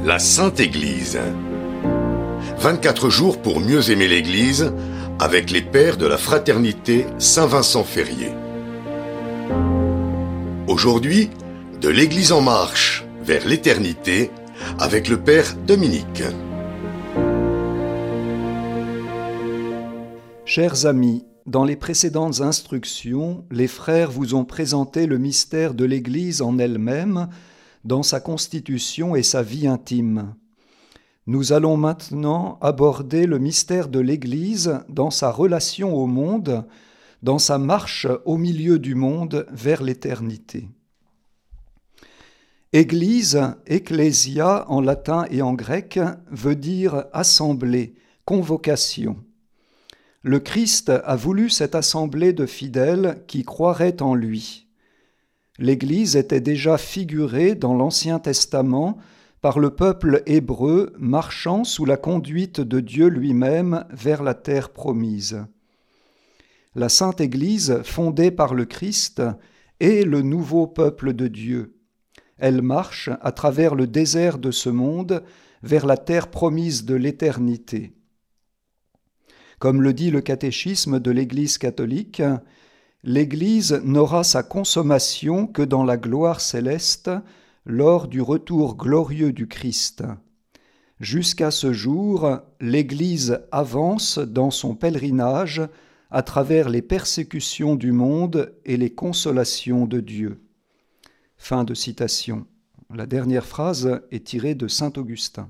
La Sainte Église. 24 jours pour mieux aimer l'Église avec les pères de la fraternité Saint-Vincent-Ferrier. Aujourd'hui, de l'Église en marche vers l'éternité avec le père Dominique. Chers amis, dans les précédentes instructions, les frères vous ont présenté le mystère de l'Église en elle-même, dans sa constitution et sa vie intime. Nous allons maintenant aborder le mystère de l'Église dans sa relation au monde, dans sa marche au milieu du monde vers l'éternité. Église, ecclésia en latin et en grec, veut dire assemblée, convocation. Le Christ a voulu cette assemblée de fidèles qui croiraient en lui. L'Église était déjà figurée dans l'Ancien Testament par le peuple hébreu marchant sous la conduite de Dieu lui-même vers la terre promise. La Sainte Église, fondée par le Christ, est le nouveau peuple de Dieu. Elle marche à travers le désert de ce monde vers la terre promise de l'éternité. Comme le dit le catéchisme de l'Église catholique, l'Église n'aura sa consommation que dans la gloire céleste lors du retour glorieux du Christ. Jusqu'à ce jour, l'Église avance dans son pèlerinage à travers les persécutions du monde et les consolations de Dieu. Fin de citation. La dernière phrase est tirée de saint Augustin.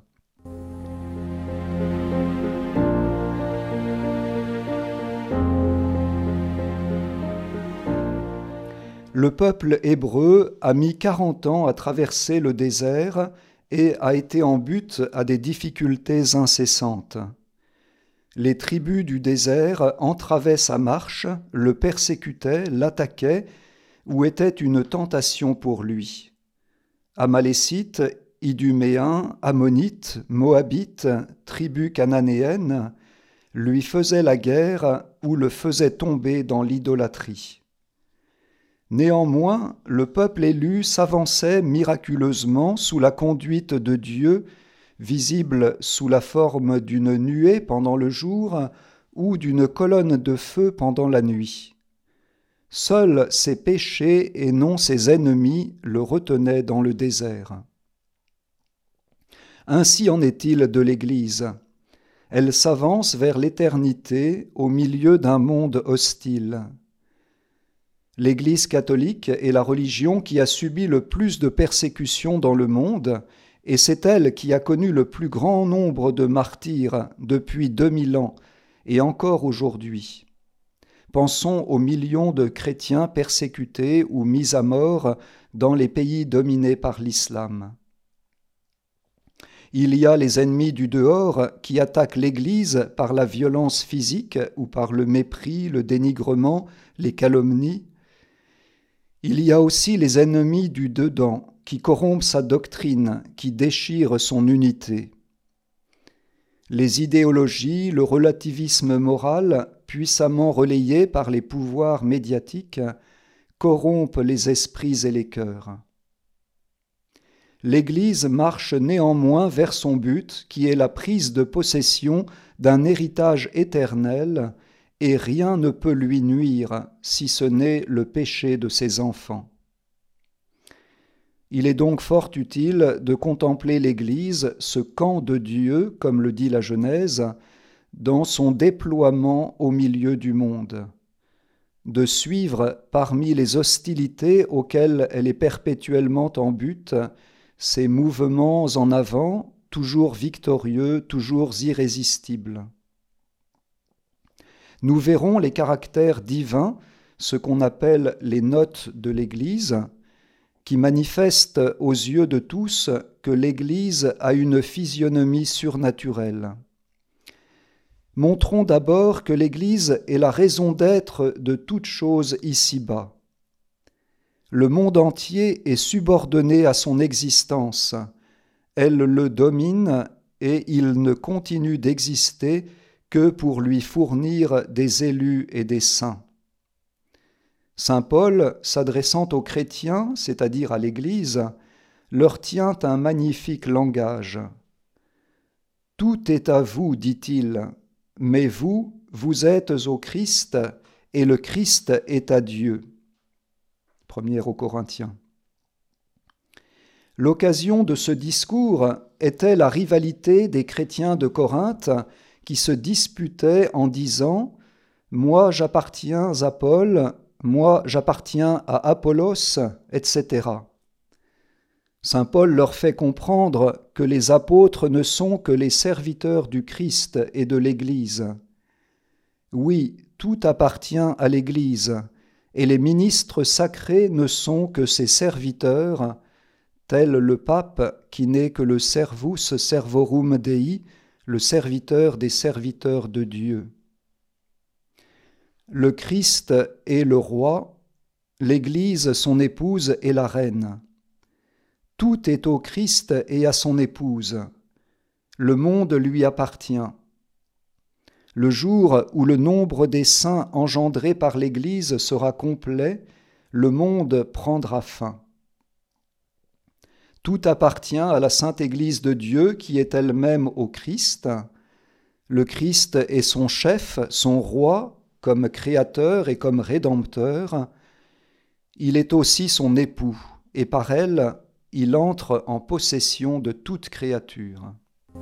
Le peuple hébreu a mis 40 ans à traverser le désert et a été en butte à des difficultés incessantes. Les tribus du désert entravaient sa marche, le persécutaient, l'attaquaient, ou étaient une tentation pour lui. Amalécites, Iduméens, Ammonites, Moabites, tribus cananéennes, lui faisaient la guerre ou le faisaient tomber dans l'idolâtrie. Néanmoins, le peuple élu s'avançait miraculeusement sous la conduite de Dieu, visible sous la forme d'une nuée pendant le jour ou d'une colonne de feu pendant la nuit. Seuls ses péchés et non ses ennemis le retenaient dans le désert. Ainsi en est-il de l'Église. Elle s'avance vers l'éternité au milieu d'un monde hostile. L'Église catholique est la religion qui a subi le plus de persécutions dans le monde, et c'est elle qui a connu le plus grand nombre de martyrs depuis 2000 ans, et encore aujourd'hui. Pensons aux millions de chrétiens persécutés ou mis à mort dans les pays dominés par l'islam. Il y a les ennemis du dehors qui attaquent l'Église par la violence physique ou par le mépris, le dénigrement, les calomnies. Il y a aussi les ennemis du dedans qui corrompent sa doctrine, qui déchirent son unité. Les idéologies, le relativisme moral, puissamment relayés par les pouvoirs médiatiques, corrompent les esprits et les cœurs. L'Église marche néanmoins vers son but, qui est la prise de possession d'un héritage éternel, et rien ne peut lui nuire, si ce n'est le péché de ses enfants. Il est donc fort utile de contempler l'Église, ce camp de Dieu, comme le dit la Genèse, dans son déploiement au milieu du monde, de suivre parmi les hostilités auxquelles elle est perpétuellement en butte, ses mouvements en avant, toujours victorieux, toujours irrésistibles. Nous verrons les caractères divins, ce qu'on appelle les notes de l'Église, qui manifestent aux yeux de tous que l'Église a une physionomie surnaturelle. Montrons d'abord que l'Église est la raison d'être de toute chose ici-bas. Le monde entier est subordonné à son existence. Elle le domine et il ne continue d'exister que pour lui fournir des élus et des saints. Saint Paul, s'adressant aux chrétiens, c'est-à-dire à l'Église, leur tient un magnifique langage. « Tout est à vous, dit-il, mais vous, vous êtes au Christ, et le Christ est à Dieu. » 1 aux Corinthiens. L'occasion de ce discours était la rivalité des chrétiens de Corinthe qui se disputaient en disant « Moi j'appartiens à Paul, moi j'appartiens à Apollos, etc. » Saint Paul leur fait comprendre que les apôtres ne sont que les serviteurs du Christ et de l'Église. Oui, tout appartient à l'Église, et les ministres sacrés ne sont que ses serviteurs, tel le pape qui n'est que le servus servorum Dei, le serviteur des serviteurs de Dieu. Le Christ est le roi, l'Église son épouse et la reine. Tout est au Christ et à son épouse. Le monde lui appartient. Le jour où le nombre des saints engendrés par l'Église sera complet, le monde prendra fin. Tout appartient à la Sainte Église de Dieu qui est elle-même au Christ. Le Christ est son chef, son roi, comme créateur et comme rédempteur. Il est aussi son époux, et par elle, il entre en possession de toute créature.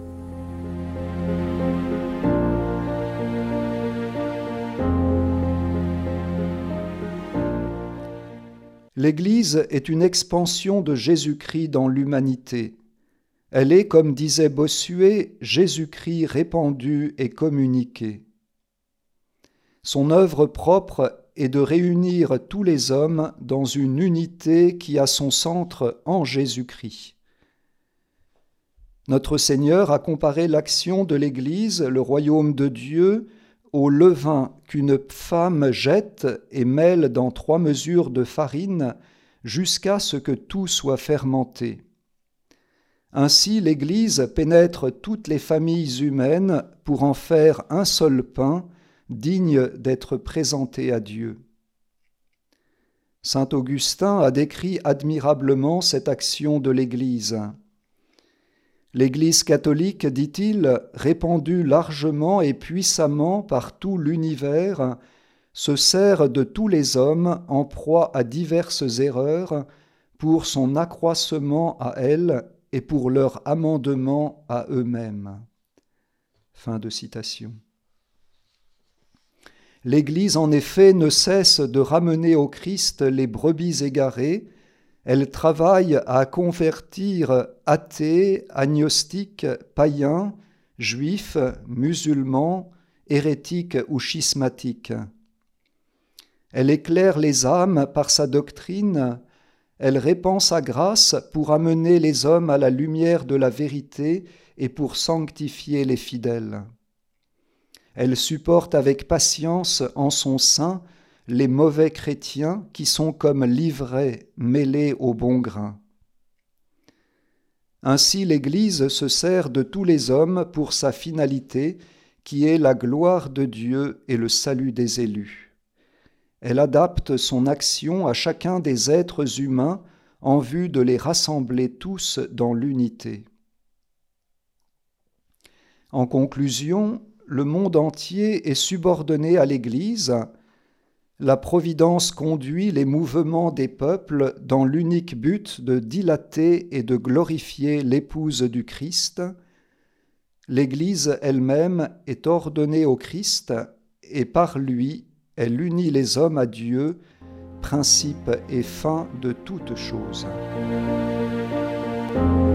L'Église est une expansion de Jésus-Christ dans l'humanité. Elle est, comme disait Bossuet, Jésus-Christ répandu et communiqué. Son œuvre propre est de réunir tous les hommes dans une unité qui a son centre en Jésus-Christ. Notre Seigneur a comparé l'action de l'Église, le royaume de Dieu, au levain qu'une femme jette et mêle dans 3 mesures de farine jusqu'à ce que tout soit fermenté. Ainsi, l'Église pénètre toutes les familles humaines pour en faire un seul pain, digne d'être présenté à Dieu. Saint Augustin a décrit admirablement cette action de l'Église. L'Église catholique, dit-il, répandue largement et puissamment par tout l'univers, se sert de tous les hommes en proie à diverses erreurs pour son accroissement à elle et pour leur amendement à eux-mêmes. » Fin de citation. L'Église, en effet, ne cesse de ramener au Christ les brebis égarées. Elle travaille à convertir athées, agnostiques, païens, juifs, musulmans, hérétiques ou schismatiques. Elle éclaire les âmes par sa doctrine, elle répand sa grâce pour amener les hommes à la lumière de la vérité et pour sanctifier les fidèles. Elle supporte avec patience en son sein les mauvais chrétiens qui sont comme l'ivraie mêlée au bon grain. Ainsi l'Église se sert de tous les hommes pour sa finalité, qui est la gloire de Dieu et le salut des élus. Elle adapte son action à chacun des êtres humains en vue de les rassembler tous dans l'unité. En conclusion, le monde entier est subordonné à l'Église. La providence conduit les mouvements des peuples dans l'unique but de dilater et de glorifier l'épouse du Christ. L'Église elle-même est ordonnée au Christ et par lui, elle unit les hommes à Dieu, principe et fin de toute chose.